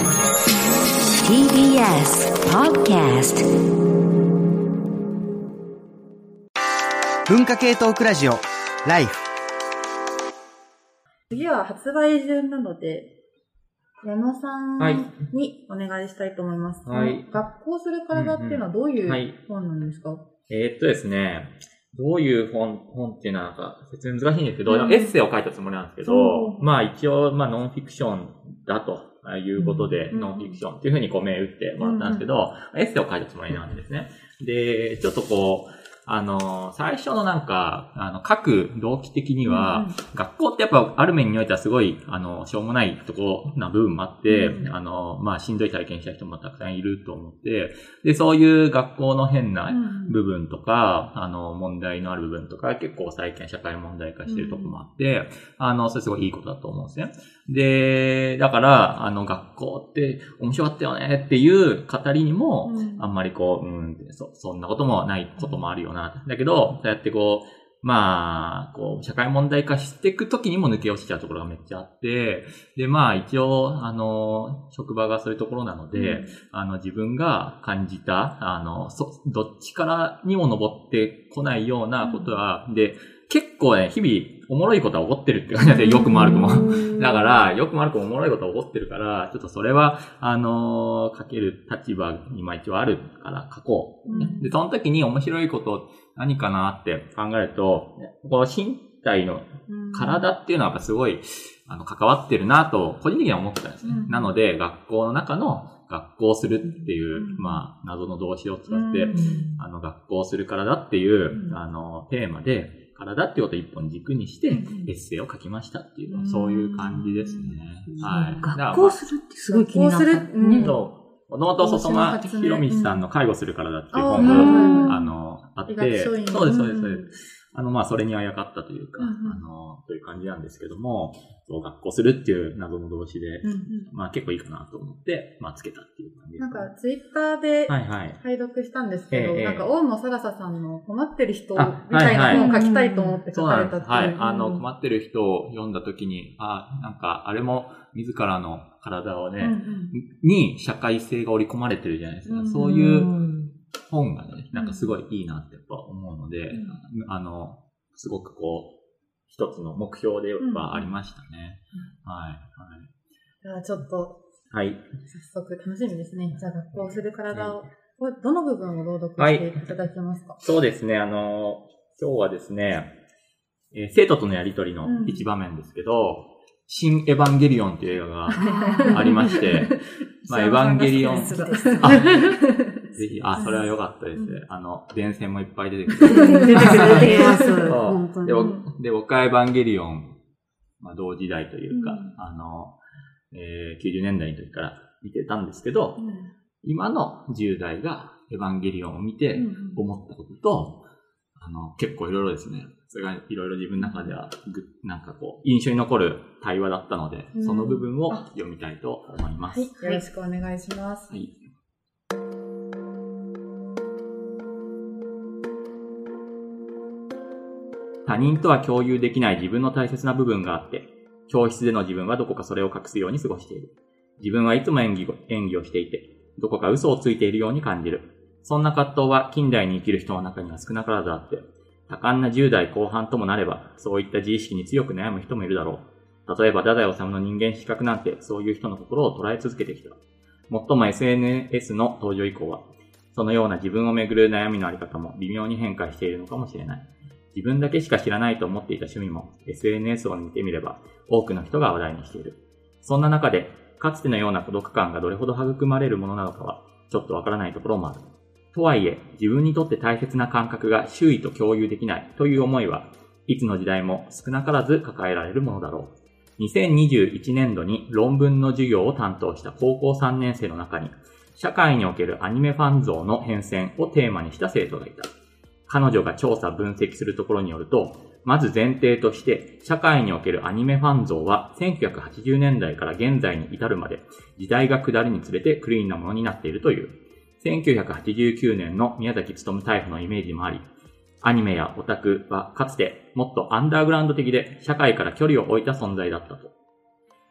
TBS Podcast 文化系トークラジオライフ。 次は発売順なので矢野さんにお願いしたいと思います。 はい。 学校する体っていうのはどういう本なんですか？ ですね、どういう本っていうのはなんか説明難しいんですけど、エッセイを書いたつもりなんですけど、まあ一応ノンフィクションだということで、ノンフィクションっていうふうにこう銘打ってもらったんですけど、エッセイを書いたつもりなんですね。で、ちょっとこう最初のなんか、書く動機的には、学校ってやっぱある面においてはすごい、しょうもないところな部分もあって、まあ、しんどい体験した人もたくさんいると思って、で、そういう学校の変な部分とか、問題のある部分とか、結構最近社会問題化してるところもあって、それすごいいいことだと思うんですね。で、だから、学校って面白かったよねっていう語りにも、あんまりこう、そんなこともないこともあるよな。だけど、そうやってこう、まあ、こう、社会問題化していくときにも抜け落ちちゃうところがめっちゃあって、で、まあ一応、職場がそういうところなので、自分が感じた、どっちからにも登ってこないようなことは、で、結構ね、日々、おもろいことは起こってるって感じで、よくも悪くも。だから、よくも悪くもおもろいことは起こってるから、ちょっとそれは、書ける立場に一応あるから書こう。で、その時に面白いこと何かなって考えると、この身体の体っていうのはやっぱすごい、関わってるなと、個人的には思ってたんですね。なので、学校の中の学校するっていう、まあ、謎の動詞を使って、学校する体っていう、テーマで、体っていうことを一本軸にして、エッセイを書きましたっていう、そういう感じですね。はい。 学校するってすごい気になった。 もともと細間博道さんの介護する体っていう本が、あって、そうです、そうです、そうです。まあ、それにあやかったというか、という感じなんですけども、そう、学校するっていう謎の動詞で、まあ結構いいかなと思って、まあつけたっていう感じです。 なんか、ツイッターで、拝読したんですけど、なんか、大野サガサさんの困ってる人みたいな本を書きたいと思って書かれたっていう。 はい。困ってる人を読んだときに、なんか、あれも自らの体をね、に社会性が織り込まれてるじゃないですか。そういう本がね、なんかすごいいいなってやっぱ思うので、すごくこう、一つの目標ではありましたね。はい。 じゃあちょっと、 はい。 早速楽しみですね。じゃあ学校する体を、どの部分を朗読していただけますか？ そうですね。今日はですね、生徒とのやりとりの一場面ですけど、新エヴァンゲリオンという映画がありまして、まあ、エヴァンゲリオン、ぜひ、それは良かったです。電線もいっぱい出てくる。 出てきます。本当に。 で、僕はエヴァンゲリオン、まあ、同時代というか、90年代の時から見てたんですけど、今の10代がエヴァンゲリオンを見て思ったことと、結構いろいろですね、それがいろいろ自分の中では、なんかこう、印象に残る対話だったので、その部分を読みたいと思います。 はい、よろしくお願いします。はい。 他人とは共有できない自分の大切な部分があって、教室での自分はどこかそれを隠すように過ごしている。自分はいつも演技をしていて、どこか嘘をついているように感じる。そんな葛藤は近代に生きる人の中には少なからずあって、多感な10代後半ともなれば、そういった自意識に強く悩む人もいるだろう。例えば、太宰治の人間失格なんて、そういう人の心を捉え続けてきた。もっとも SNS の登場以降は、そのような自分をめぐる悩みのあり方も微妙に変化しているのかもしれない。自分だけしか知らないと思っていた趣味も SNS を見てみれば多くの人が話題にしている。そんな中でかつてのような孤独感がどれほど育まれるものなのかはちょっとわからないところもある。とはいえ自分にとって大切な感覚が周囲と共有できないという思いはいつの時代も少なからず抱えられるものだろう。2021年度に論文の授業を担当した高校3年生の中に社会におけるアニメファン像の変遷をテーマにした生徒がいた。彼女が調査分析するところによると、まず前提として、社会におけるアニメファン像は1980年代から現在に至るまで、時代が下るにつれてクリーンなものになっているという。1989年の宮崎勤逮捕のイメージもあり、アニメやオタクはかつてもっとアンダーグラウンド的で社会から距離を置いた存在だったと。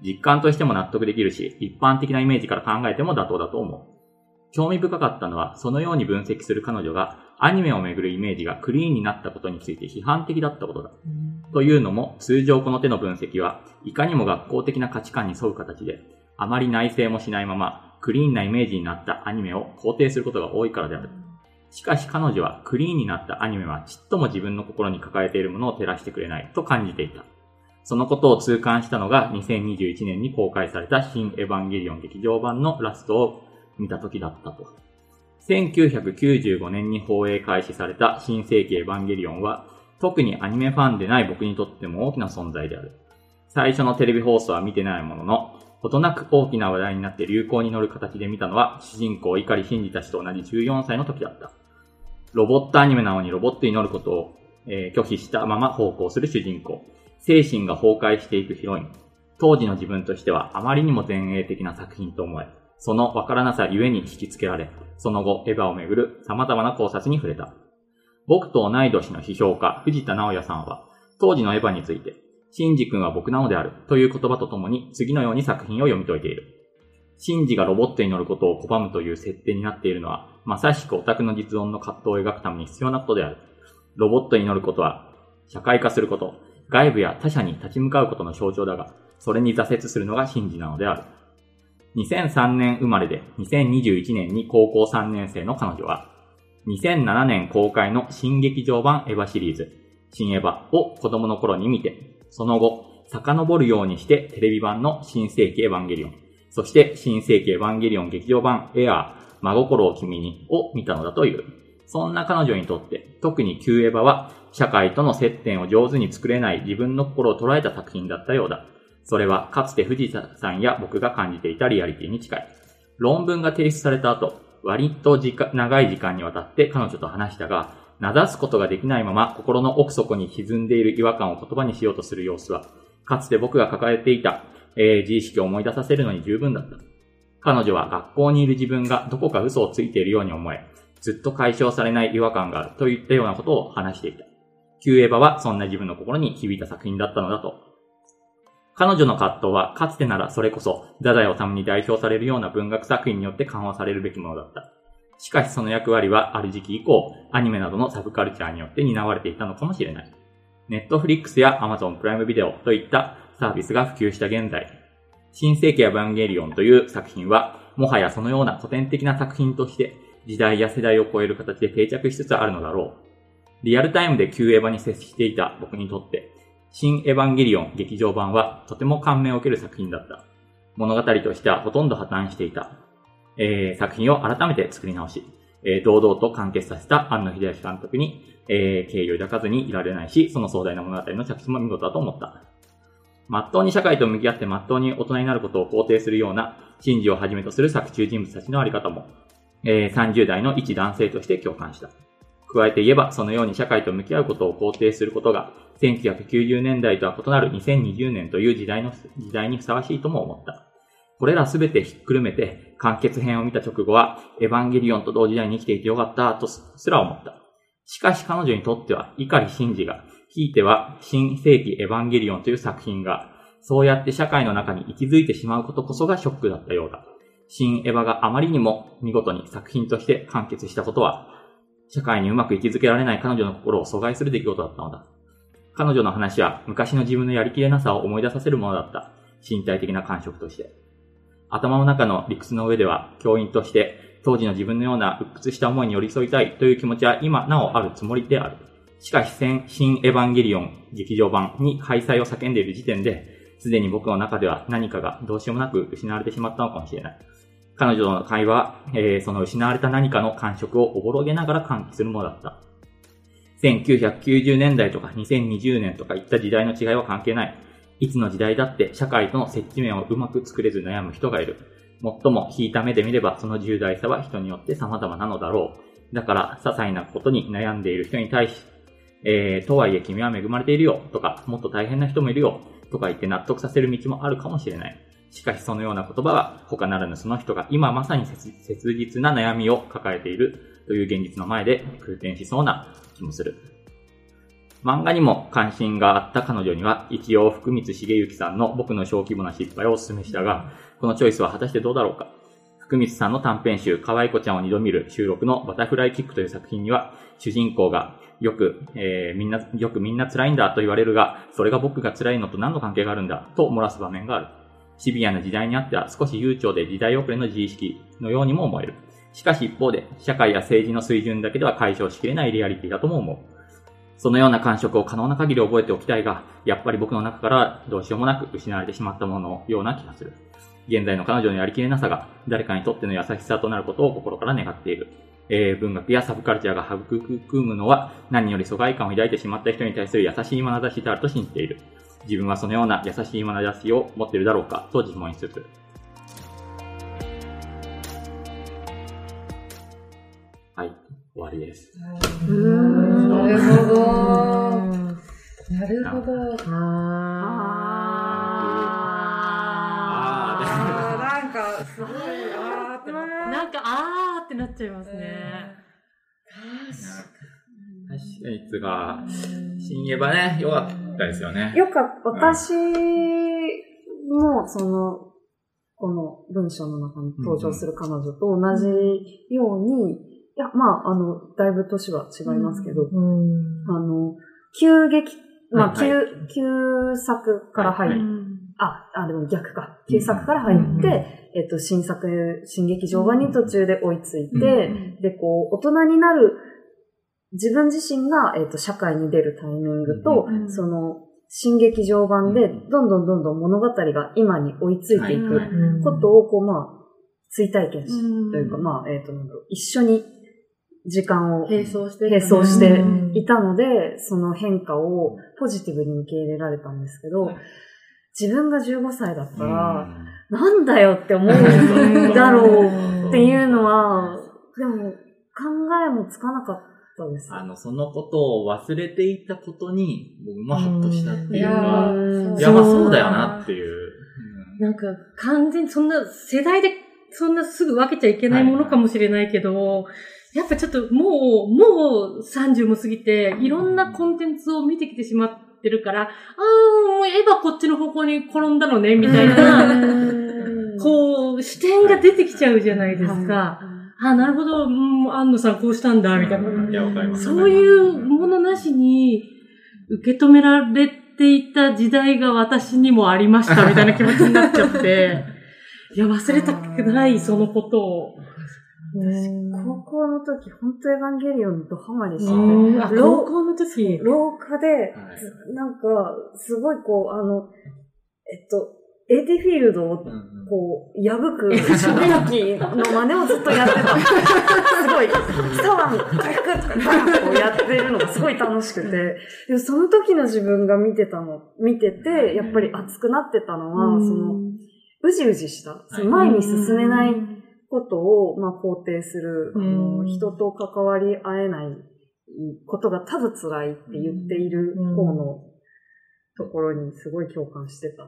実感としても納得できるし、一般的なイメージから考えても妥当だと思う。興味深かったのは、そのように分析する彼女が、アニメをめぐるイメージがクリーンになったことについて批判的だったことだ。というのも、通常この手の分析は、いかにも学校的な価値観に沿う形で、あまり内省もしないまま、クリーンなイメージになったアニメを肯定することが多いからである。しかし彼女は、クリーンになったアニメはちっとも自分の心に抱えているものを照らしてくれないと感じていた。そのことを痛感したのが、2021年に公開された新エヴァンゲリオン劇場版のラストを見た時だったと。1995年に放映開始された新世紀エヴァンゲリオンは、特にアニメファンでない僕にとっても大きな存在である。最初のテレビ放送は見てないものの、ほどなく大きな話題になって流行に乗る形で見たのは、主人公碇シンジたちと同じ14歳の時だった。ロボットアニメなのにロボットに乗ることを、拒否したまま奉公する主人公。精神が崩壊していくヒロイン。当時の自分としてはあまりにも前衛的な作品と思え、そのわからなさゆえに引きつけられ、その後エヴァをめぐる様々な考察に触れた。僕と同い年の批評家、藤田直也さんは、当時のエヴァについて、シンジ君は僕なのであるという言葉とともに次のように作品を読み解いている。シンジがロボットに乗ることを拒むという設定になっているのは、まさしくオタクの実存の葛藤を描くために必要なことである。ロボットに乗ることは、社会化すること、外部や他者に立ち向かうことの象徴だが、それに挫折するのがシンジなのである。2003年生まれで2021年に高校3年生の彼女は、2007年公開の新劇場版エヴァシリーズ、新エヴァを子供の頃に見て、その後、遡るようにしてテレビ版の新世紀エヴァンゲリオン、そして新世紀エヴァンゲリオン劇場版エアー、真心を君にを見たのだという。そんな彼女にとって、特に旧エヴァは、社会との接点を上手に作れない自分の心を捉えた作品だったようだ。それはかつて藤田さんや僕が感じていたリアリティに近い。論文が提出された後、割と長い時間にわたって彼女と話したが、名指すことができないまま心の奥底に沈んでいる違和感を言葉にしようとする様子は、かつて僕が抱えていた、自意識を思い出させるのに十分だった。彼女は学校にいる自分がどこか嘘をついているように思え、ずっと解消されない違和感があるといったようなことを話していた。旧エヴァはそんな自分の心に響いた作品だったのだと。彼女の葛藤はかつてならそれこそ太宰治に代表されるような文学作品によって緩和されるべきものだった。しかしその役割はある時期以降、アニメなどのサブカルチャーによって担われていたのかもしれない。ネットフリックスや Amazon プライムビデオといったサービスが普及した現在、新世紀エヴァンゲリオンという作品はもはやそのような古典的な作品として時代や世代を超える形で定着しつつあるのだろう。リアルタイムで旧エヴァに接していた僕にとって、新エヴァンゲリオン劇場版はとても感銘を受ける作品だった。物語としてはほとんど破綻していた。作品を改めて作り直し、堂々と完結させた庵野秀明監督に、敬意を抱かずにいられないし、その壮大な物語の着地も見事だと思った。真っ当に社会と向き合って真っ当に大人になることを肯定するような、シンジをはじめとする作中人物たちのあり方も、30代の一男性として共感した。加えて言えば、そのように社会と向き合うことを肯定することが、1990年代とは異なる2020年という時代にふさわしいとも思った。これらすべてひっくるめて、完結編を見た直後は、エヴァンゲリオンと同時代に生きていてよかったとすら思った。しかし彼女にとっては、碇シンジが、ひいては新世紀エヴァンゲリオンという作品が、そうやって社会の中に息づいてしまうことこそがショックだったようだ。新エヴァがあまりにも見事に作品として完結したことは、社会にうまく生きづけられない彼女の心を阻害する出来事だったのだ。彼女の話は昔の自分のやりきれなさを思い出させるものだった。身体的な感触として。頭の中の理屈の上では、教員として当時の自分のような鬱屈した思いに寄り添いたいという気持ちは今なおあるつもりである。しかし新エヴァンゲリオン劇場版に開催を叫んでいる時点で、すでに僕の中では何かがどうしようもなく失われてしまったのかもしれない。彼女の会話は、その失われた何かの感触をおぼろげながら喚起するものだった。1990年代とか2020年とかいった時代の違いは関係ない。いつの時代だって社会との接地面をうまく作れず悩む人がいる。もっとも引いた目で見ればその重大さは人によって様々なのだろう。だから些細なことに悩んでいる人に対し、とはいえ君は恵まれているよとか、もっと大変な人もいるよとか言って納得させる道もあるかもしれない。しかしそのような言葉は他ならぬその人が今まさに切実な悩みを抱えているという現実の前で空転しそうな気もする。 漫画にも関心があった彼女には、一応福光茂之さんの僕の小規模な失敗をお勧めしたが、このチョイスは果たしてどうだろうか。福光さんの短編集、可愛い子ちゃんを二度見る収録のバタフライキックという作品には、主人公がよくみんな辛いんだと言われるが、それが僕が辛いのと何の関係があるんだと漏らす場面がある。シビアな時代にあっては少し悠長で時代遅れの自意識のようにも思える。しかし一方で、社会や政治の水準だけでは解消しきれないリアリティだとも思う。そのような感触を可能な限り覚えておきたいが、やっぱり僕の中からどうしようもなく失われてしまったもののような気がする。現在の彼女のやりきれなさが誰かにとっての優しさとなることを心から願っている。文学やサブカルチャーが育むのは何より疎外感を抱いてしまった人に対する優しい眼差しであると信じている。自分はそのような優しい眼差しを持っているだろうかと自問しつつ。はい、終わりです。 なるほど。なるほど。なんかすごいなんかあーってなっちゃいますね。 確かにつが、新エヴァね、良かったですよね。 よかった。私も、この文章の中に登場する彼女と同じように、いや、だいぶ年は違いますけど、急激、旧作から入る。でも逆か。旧作から入って、新作、新劇場版に途中で追いついて、で、大人になる、自分自身が、社会に出るタイミングと、新劇場版で、どんどん物語が今に追いついていくことを、追体験というか、一緒に時間を並走していたので、その変化をポジティブに受け入れられたんですけど、自分が15歳だったら、なんだよって思うだろうっていうのは、でも考えもつかなかったです。 そのことを忘れていたことに、僕もハッとしたっていうか、そうだよなっていう。 なんか完全にそんな世代でそんなすぐ分けちゃいけないものかもしれないけど、やっぱちょっともう30も過ぎて、いろんなコンテンツを見てきてしまってるから、もうエヴァこっちの方向に転んだのね、みたいな、視点が出てきちゃうじゃないですか。なるほど、安野さんこうしたんだ、みたいな。そういうものなしに受け止められていた時代が私にもありました、みたいな気持ちになっちゃって、いや、忘れたくない、そのことを。 高校の時、本当エヴァンゲリオンにドハマりしてて、高校の時廊下で、なんか、すごいAT フィールドを、破く、射撃の真似をずっとやってた。すごい、スタワーに回復とか、やってるのがすごい楽しくて、でもその時の自分が見てて、やっぱり熱くなってたのは、うじうじした、前に進めないことを、肯定する、人と関わり合えないことがただ辛いって言っている方のところにすごい共感してたから、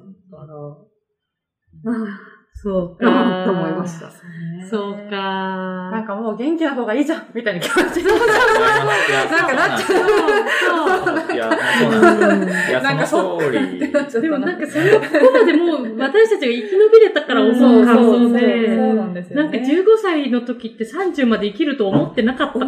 そうか。 と思いました。 そうか。 なんかもう元気な方がいいじゃんみたいな気持ちになんかなっちゃう。 いや、そうなんですよ。なんかその通り。 でもなんかそこまでもう私たちが生き延びれたから思う感想で、 そうなんですよ。 なんか15歳の時って30まで生きると思ってなかったから、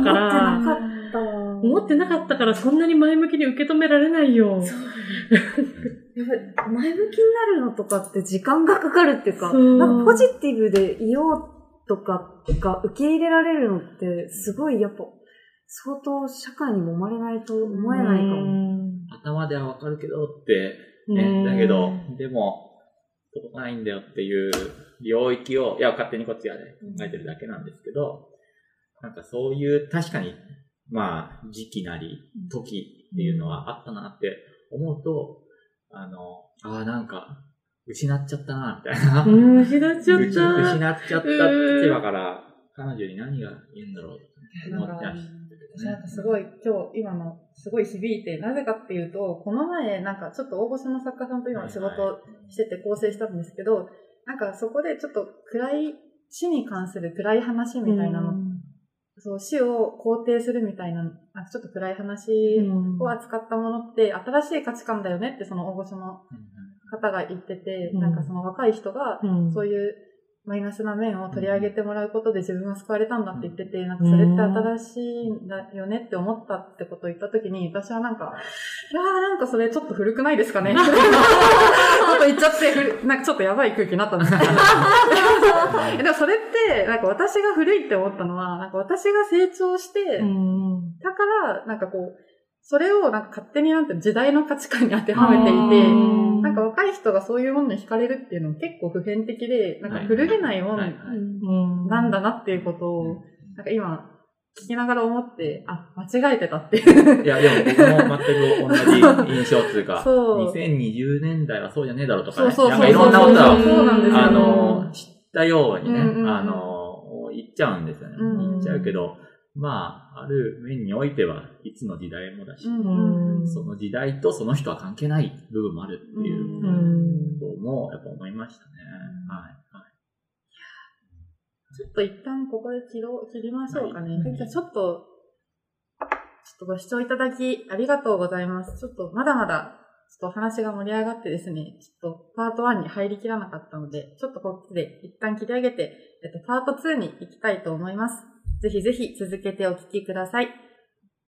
思ってなかったからそんなに前向きに受け止められないよ。 やっぱり前向きになるのとかって時間がかかるっていうか、なんかポジティブでいようとかが受け入れられるのってすごいやっぱ相当社会に揉まれないと思えないかも。 頭ではわかるけどってね、だけど、でも届かないんだよっていう領域を、勝手にこっちがね、考えてるだけなんですけど、なんかそういう確かに、時期なり時っていうのはあったなって思うと、なんか、失っちゃったな、みたいな。 失っちゃった。 失っちゃった立場から、彼女に何が言うんだろうと思ってました。 なんかすごい、今のすごい響いて、なぜかっていうと、この前、なんかちょっと大御所の作家さんと今仕事してて構成したんですけど、なんかそこでちょっと死に関する暗い話みたいなのそう、死を肯定するみたいな、ちょっと暗い話を扱ったものって、新しい価値観だよねってその大御所の方が言ってて、なんかその若い人が、そういうマイナスな面を取り上げてもらうことで自分は救われたんだって言ってて、なんかそれって新しいんだよねって思ったってことを言ったときに、私はなんか、なんかそれちょっと古くないですかねちょっと言っちゃって、なんかちょっとやばい空気になったんですけど。でもそれって、なんか私が古いって思ったのは、なんか私が成長して、だから、なんかこう、それをなんか勝手になんて時代の価値観に当てはめていて、なんか若い人がそういうものに惹かれるっていうのも結構普遍的で、なんか古げないもんなんだなっていうことを、なんか今聞きながら思って、間違えてたっていう。 いや、でも僕も全く同じ印象っていうか、2020年代はそうじゃねえだろうとかね、なんかいろんなことは、知ったようにね、言っちゃうんですよね。言っちゃうけど、まあ、ある面においてはいつの時代もだし、その時代とその人は関係ない部分もあるっていうこともやっぱ思いましたね。 ちょっと一旦ここで切りましょうかね。じゃあちょっとご視聴いただきありがとうございます。ちょっとまだまだちょっと話が盛り上がってですね、ちょっとパート1に入りきらなかったので、ちょっとこっちで一旦切り上げて、パート2に行きたいと思います。ぜひぜひ続けてお聞きください。